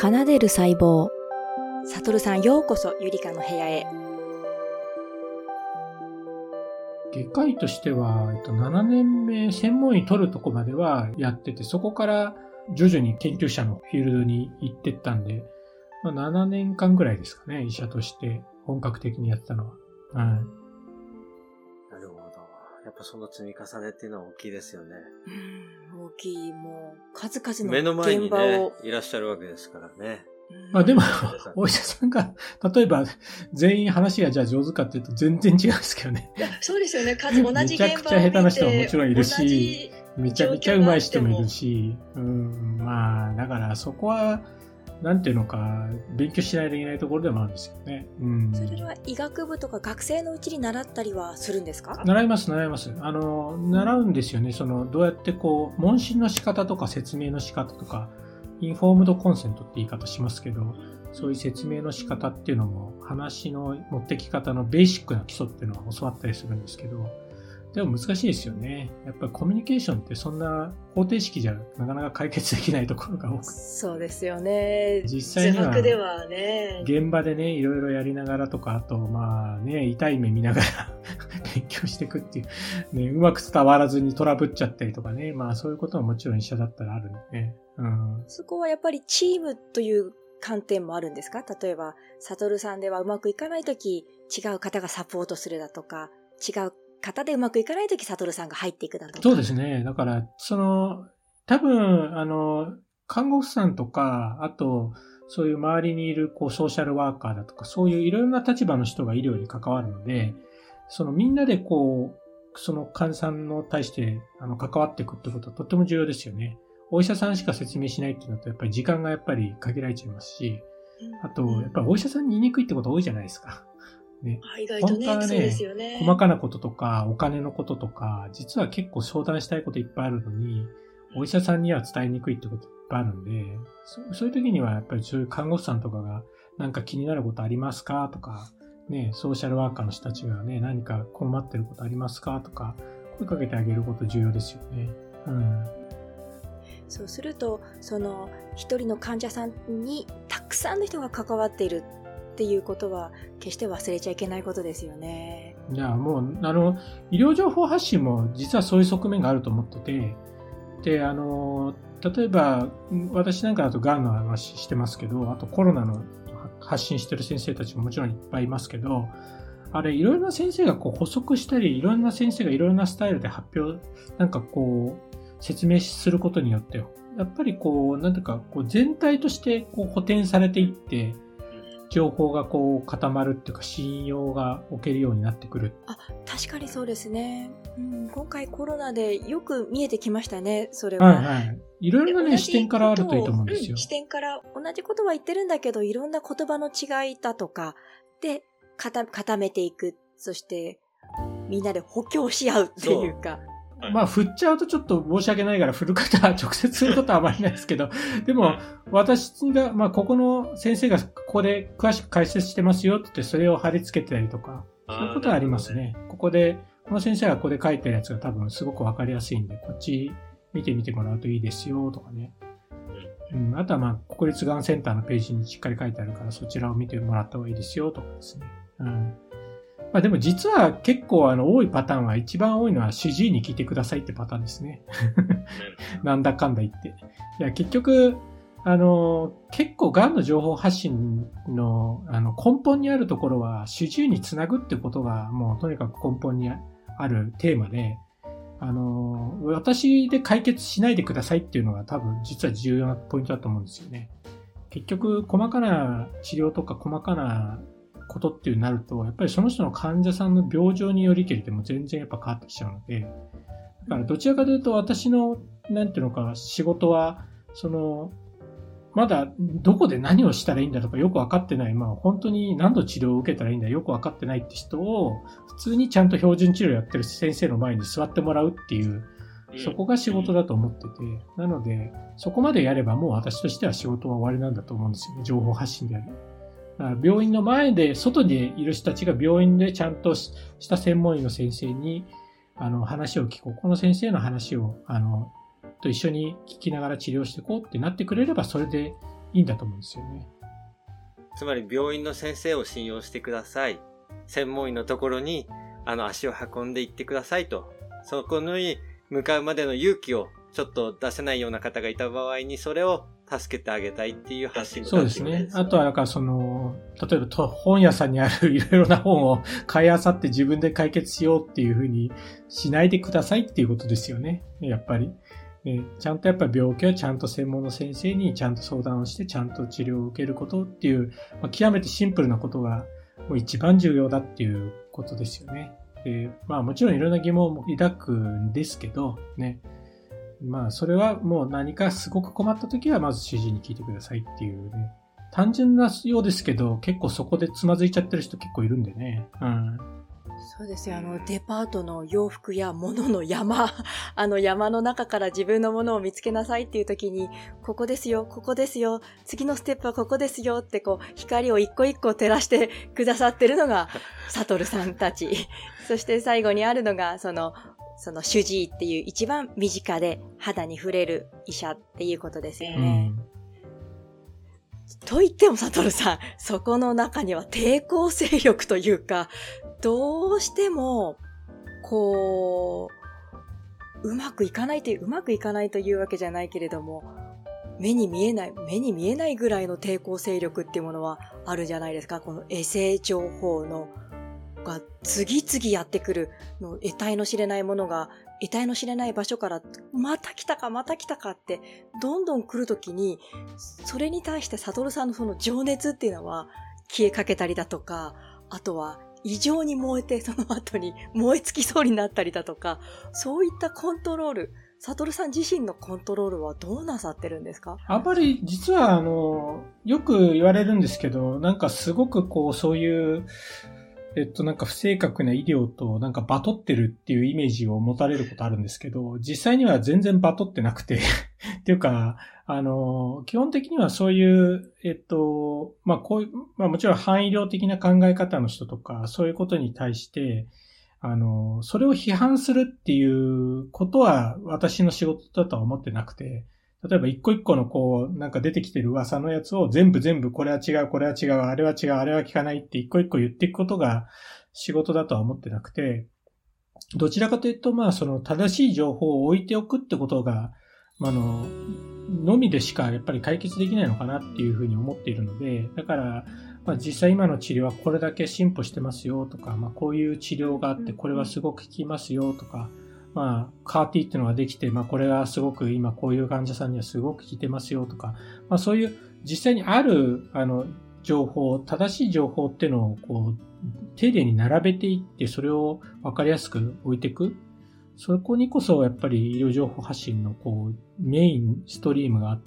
奏でる細胞。サトルさん、ようこそゆりかの部屋へ。 外科医としては、7年目専門医取るとこまではやってて、そこから徐々に研究者のフィールドに行ってったんで、7年間ぐらいですかね、医者として本格的にやってたのは。 なるほど。やっぱその積み重ねっていうのは大きいですよね。 大きい。もう、数々の目の前に現場を。 ね、いらっしゃるわけですからね。 でも、お医者さんが、例えば、全員話がじゃあ上手かっていうと全然違うんですけどね。 いや、そうですよね。同じ現場を見て。 めちゃくちゃ下手な人ももちろんいるし、めちゃめちゃ上手い人もいるし、だからそこは、なんていうのか、勉強しないといけないところでもあるんですよね。 それは医学部とか学生のうちに習ったりはするんですか？ 習います。習うんですよね。どうやって問診の仕方とか説明の仕方とか、インフォームドコンセントって言い方しますけど、そういう説明の仕方っていうのも、話の持ってき方のベーシックな基礎っていうのは教わったりするんですけど、でも難しいですよね。やっぱりコミュニケーションってそんな方程式じゃなかなか解決できないところが多くて。 そうですよね。 実際には、 図学ではね、 現場でね、いろいろやりながらとか、あと、痛い目見ながら勉強していくっていう、ね、うまく伝わらずにトラブっちゃったりとかね、そういうことももちろん医者だったらあるんでね。 そこはやっぱりチームという観点もあるんですか？例えば、サトルさんではうまくいかないとき、違う方がサポートするだとか、違う方でうまくいかないとき、サトルさんが入っていくだとか。 そうですね。だから、多分、看護婦さんとか、あと、そういう周りにいる、ソーシャルワーカーだとか、そういういろいろな立場の人が医療に関わるので、みんなでその患者さんに対して、関わっていくってことはとっても重要ですよね。お医者さんしか説明しないっていうのと、やっぱり時間がやっぱり限られちゃいますし、あと、やっぱりお医者さんに言いにくいってこと多いじゃないですか。ね。 意外とね、 本当はね、 そうですよね。 細かなこととか、お金のこととか、実は結構相談したいこといっぱいあるのに、お医者さんには伝えにくいってこといっぱいあるんで、そういう時にはやっぱりそういう看護師さんとかが、なんか気になることありますかとか、ね、ソーシャルワーカーの人たちがね、何か困ってることありますかとか、声かけてあげること重要ですよね。 そうすると、一人の患者さんにたくさんの人が関わっているっていうことは、決して忘れちゃいけないことですよね。 いや、もう、医療情報発信も実はそういう側面があると思ってて、で、例えば、私なんかだと癌の話してますけど、あとコロナの発信してる先生たちももちろんいっぱいいますけど、あれ、いろいろな先生が補足したり、いろんな先生がいろいろなスタイルで発表、説明することによって、やっぱり全体として補填されていって、情報が固まるっていうか、信用が置けるようになってくる。 確かにそうですね。今回コロナでよく見えてきましたね、それは。 いろいろなね、視点からあるといいと思うんですよ。 視点から同じことは言ってるんだけど、いろんな言葉の違いだとか、で、固めていく。そして、みんなで補強し合うっていうか。 振っちゃうとちょっと申し訳ないから振る方は直接することはあまりないですけど、でも私が、ここの先生がここで詳しく解説してますよって言ってそれを貼り付けてたりとか、そういうことはありますね。この先生がここで書いてるやつが多分すごくわかりやすいんで、こっち見てみてもらうといいですよとかね。あとは国立がんセンターのページにしっかり書いてあるからそちらを見てもらった方がいいですよとかですね。でも実は結構多いパターンは一番多いのは主治医に聞いてくださいってパターンですね。なんだかんだ言って。いや、結局、結構癌の情報発信の根本にあるところは主治医につなぐってことがもうとにかく根本にあるテーマで、私で解決しないでくださいっていうのが多分実は重要なポイントだと思うんですよね。結局細かな治療とか細かなことっていうなると、やっぱりその人の患者さんの病状によりけりでも全然やっぱ変わってきちゃうので、だからどちらかというと私の、なんていうのか、仕事は、まだどこで何をしたらいいんだとかよくわかってない、本当に何度治療を受けたらいいんだよくわかってないって人を、普通にちゃんと標準治療やってる先生の前に座ってもらうっていう、そこが仕事だと思ってて、なので、そこまでやればもう私としては仕事は終わりなんだと思うんですよね、情報発信である。病院の前で、外にいる人たちが病院でちゃんとした専門医の先生に、話を聞こう。この先生の話を、と一緒に聞きながら治療していこうってなってくれれば、それでいいんだと思うんですよね。 つまり病院の先生を信用してください。専門医のところに足を運んで行ってくださいと。そこに向かうまでの勇気をちょっと出せないような方がいた場合にそれを助けてあげたいっていう発信だっていうことそうですね。あとはなんか例えば本屋さんにあるいろいろな本を買い漁って自分で解決しようっていうふうにしないでくださいっていうことですよね。やっぱり。ちゃんとやっぱり病気はちゃんと専門の先生にちゃんと相談をしてちゃんと治療を受けることっていう、極めてシンプルなことがもう一番重要だっていうことですよね。もちろんいろんな疑問を抱くんですけどね。それはもう何かすごく困った時はまず主治医に聞いてくださいっていうね。単純なようですけど結構そこでつまずいちゃってる人結構いるんでね。 そうですよ。デパートの洋服や物の山、山の中から自分のものを見つけなさいっていう時に、ここですよ、ここですよ、次のステップはここですよって光を一個一個照らしてくださってるのが、サトルさんたち。そして最後にあるのが、その主治医っていう一番身近で肌に触れる医者っていうことですよね。と言ってもサトルさん、そこの中には抵抗勢力というか、どうしても、うまくいかないというわけじゃないけれども、目に見えないぐらいの抵抗勢力っていうものはあるじゃないですか。このエセ情報が次々やってくるの、得体の知れないものが、得体の知れない場所から、また来たかって、どんどん来るときに、それに対してサトルさんのその情熱っていうのは消えかけたりだとか、あとは異常に燃えてその後に燃え尽きそうになったりだとか、そういったコントロール、サトルさん自身のコントロールはどうなさってるんですか？ あんまり実はよく言われるんですけど、なんかすごくそういうなんか不正確な医療となんかバトってるっていうイメージを持たれることあるんですけど、実際には全然バトってなくてっていうか、基本的にはそういう、こういう、もちろん反医療的な考え方の人とか、そういうことに対して、それを批判するっていうことは私の仕事だとは思ってなくて、例えば一個一個のなんか出てきてる噂のやつを全部これは違う、これは違う、あれは違う、あれは聞かないって一個一個言っていくことが仕事だとは思ってなくて、どちらかというとその正しい情報を置いておくってことが、のみでしかやっぱり解決できないのかなっていうふうに思っているので、だから、実際今の治療はこれだけ進歩してますよとか、こういう治療があってこれはすごく効きますよとか、カーティーっていうのができて、これはすごく今こういう患者さんにはすごく効いてますよとか、そういう実際にある、情報、正しい情報っていうのを丁寧に並べていって、それを分かりやすく置いていく。そこにこそやっぱり医療情報発信のメインストリームがあって、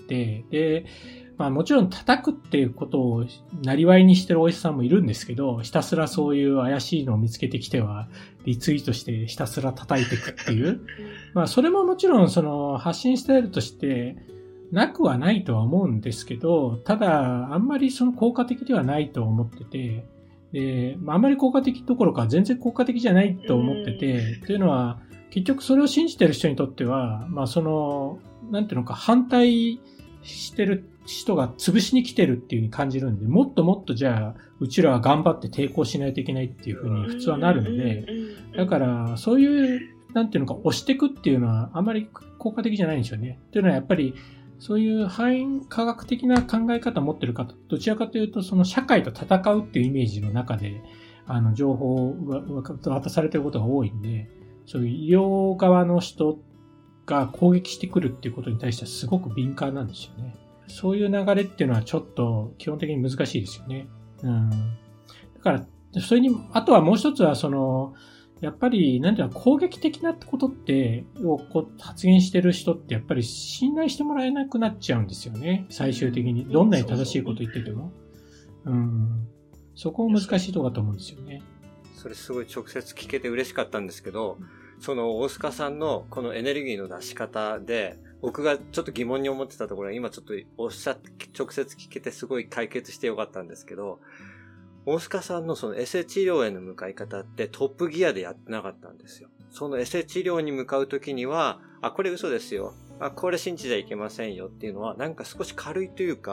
で、もちろん叩くっていうことをなりわいにしてるお医者さんもいるんですけど、ひたすらそういう怪しいのを見つけてきては、リツイートしてひたすら叩いていくっていう。それももちろんその発信スタイルとしてなくはないとは思うんですけど、ただあんまりその効果的ではないと思ってて、で、あんまり効果的どころか全然効果的じゃないと思ってて、というのは結局それを信じてる人にとっては、なんていうのか反対してる人が潰しに来てるっていう風に感じるんで、もっともっとじゃあ、うちらは頑張って抵抗しないといけないっていう風に普通はなるので、だからそういう、なんていうのか押していくっていうのはあんまり効果的じゃないんですよね。というのはやっぱり、そういう反科学的な考え方を持ってる方、どちらかというとその社会と戦うっていうイメージの中で、情報が渡されていることが多いんで、そういう医療側の人が攻撃してくるっていうことに対してはすごく敏感なんですよね。そういう流れっていうのはちょっと基本的に難しいですよね。だから、それに、あとはもう一つはやっぱり、なんていうの、攻撃的なことって、発言してる人ってやっぱり信頼してもらえなくなっちゃうんですよね。最終的に。どんなに正しいこと言ってても。そこも難しいところだと思うんですよね。 それすごい直接聞けて嬉しかったんですけど、その大須賀さんのこのエネルギーの出し方で、僕がちょっと疑問に思ってたところは今ちょっと直接聞けてすごい解決してよかったんですけど、大須賀さんのそのエセ治療への向かい方ってトップギアでやってなかったんですよ。そのエセ治療に向かうときには、これ嘘ですよ。これ信じちゃいけませんよっていうのはなんか少し軽いというか、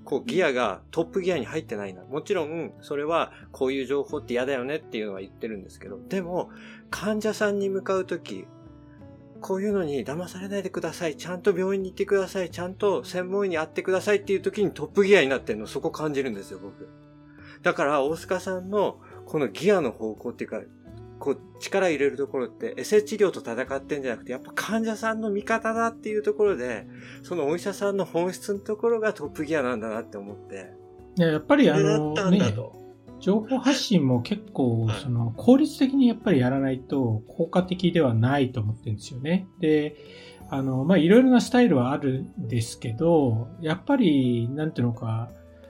こうギアがトップギアに入ってないな。もちろん、それはこういう情報って嫌だよねっていうのは言ってるんですけど、でも、患者さんに向かうとき、こういうのに騙されないでください。ちゃんと病院に行ってください。ちゃんと専門医に会ってくださいっていうときにトップギアになってるの、そこ感じるんですよ、僕。だから、大塚さんのこのギアの方向っていうか、こう力入れるところってエセ治療と戦ってんじゃなくてやっぱ患者さんの味方だっていうところでそのお医者さんの本質のところがトップギアなんだなって思ってやっぱりこれだったんだと、 情報発信も結構その効率的にやっぱりやらないと効果的ではないと思ってるんですよね。で、いろいろなスタイルはあるんですけど、やっぱりなんていうのか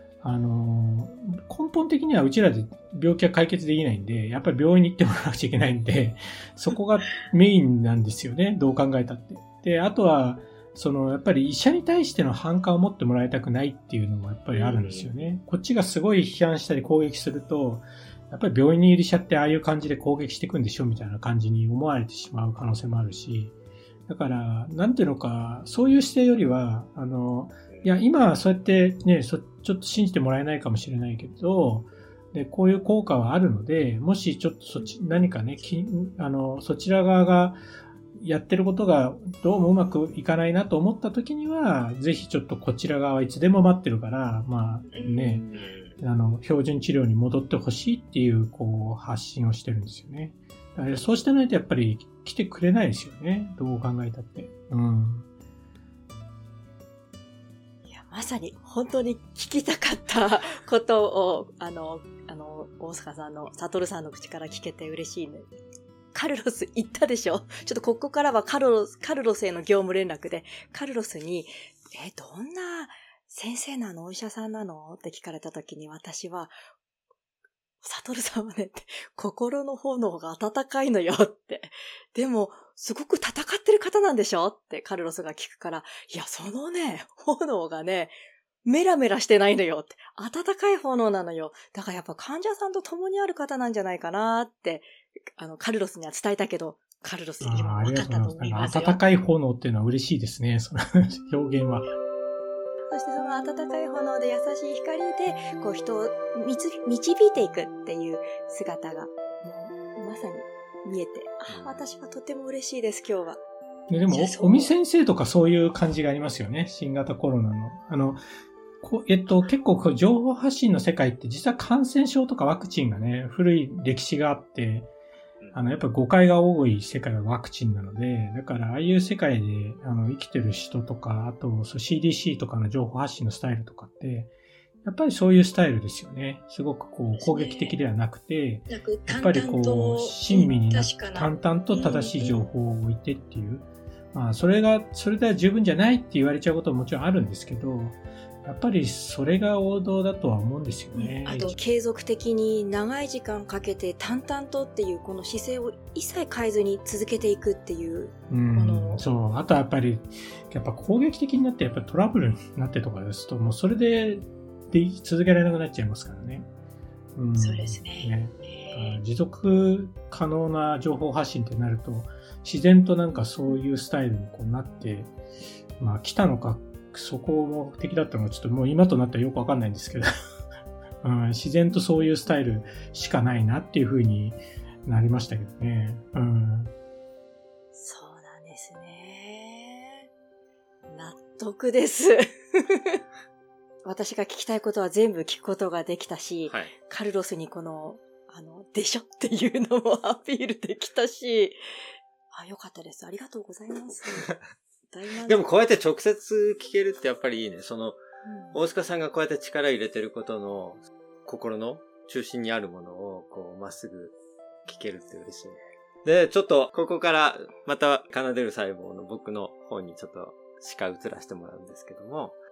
根本的にはうちらで病気は解決できないんで、やっぱり病院に行ってもらわなくちゃいけないんで、そこがメインなんですよね。どう考えたって。で、あとは、やっぱり医者に対しての反感を持ってもらいたくないっていうのもやっぱりあるんですよね。こっちがすごい批判したり攻撃すると、やっぱり病院にいる医者ってああいう感じで攻撃していくんでしょみたいな感じに思われてしまう可能性もあるし、だから、なんていうのか、そういう姿勢よりは、いや、今はそうやってね、ちょっと信じてもらえないかもしれないけど、で、こういう効果はあるので、もしちょっと何かね、そちら側がやってることがどうもうまくいかないなと思った時には、ぜひちょっとこちら側はいつでも待ってるから、まあね、標準治療に戻ってほしいっていう、こう、発信をしてるんですよね。そうしてないとやっぱり来てくれないですよね。どう考えたって。うん。 まさに本当に聞きたかったことを、大塚さんの、悟さんの口から聞けて嬉しいね。カルロス行ったでしょ？ちょっとここからはカルロスへの業務連絡で、カルロスに、どんな先生なの？お医者さんなの？って聞かれた時に私は、悟さんはね、心の炎が温かいのよって。でも、すごく戦ってる方なんでしょってカルロスが聞くから、いや、そのね、炎がね、メラメラしてないのよって。温かい炎なのよ。だからやっぱ患者さんと共にある方なんじゃないかなって、カルロスには伝えたけど、カルロスにも分かったと思いますよ。 温かい炎っていうのは嬉しいですね、その表現は。 そしてその温かい炎で優しい光で、こう人を導いていくっていう姿が、まさに見えて、私はとても嬉しいです、今日は。 でも、尾身先生とかそういう感じがありますよね、新型コロナの。結構情報発信の世界って実は感染症とかワクチンがね、古い歴史があって、やっぱ誤解が多い世界はワクチンなので、だからああいう世界で生きてる人とか、あとCDC とかの情報発信のスタイルとかって、やっぱりそういうスタイルですよね。すごくこう攻撃的ではなくて、やっぱりこう親身になって淡々と正しい情報を置いてっていう、まあそれでは十分じゃないって言われちゃうことももちろんあるんですけど、やっぱりそれが王道だとは思うんですよね。 あと継続的に長い時間かけて淡々とっていうこの姿勢を一切変えずに続けていくっていう。 そう。あとはやっぱ攻撃的になってやっぱりトラブルになってとかですと、もうそれで続けられなくなっちゃいますからね。 そうですね。 持続可能な情報発信ってなると、自然となんかそういうスタイルにこうなって、まあ来たのか、そこを目的だったのがちょっともう今となったらよくわかんないんですけど、自然とそういうスタイルしかないなっていう風になりましたけどね。 そうなんですね。納得です。私が聞きたいことは全部聞くことができたし、はい、カルロスにこの、でしょっていうのもアピールできたし、よかったです。ありがとうございます。 でもこうやって直接聞けるってやっぱりいいね。大塚さんがこうやって力入れてることの心の中心にあるものをこうまっすぐ聞けるって嬉しいね。で、ちょっとここからまた奏でる細胞の僕の方にちょっと視界移らせてもらうんですけども、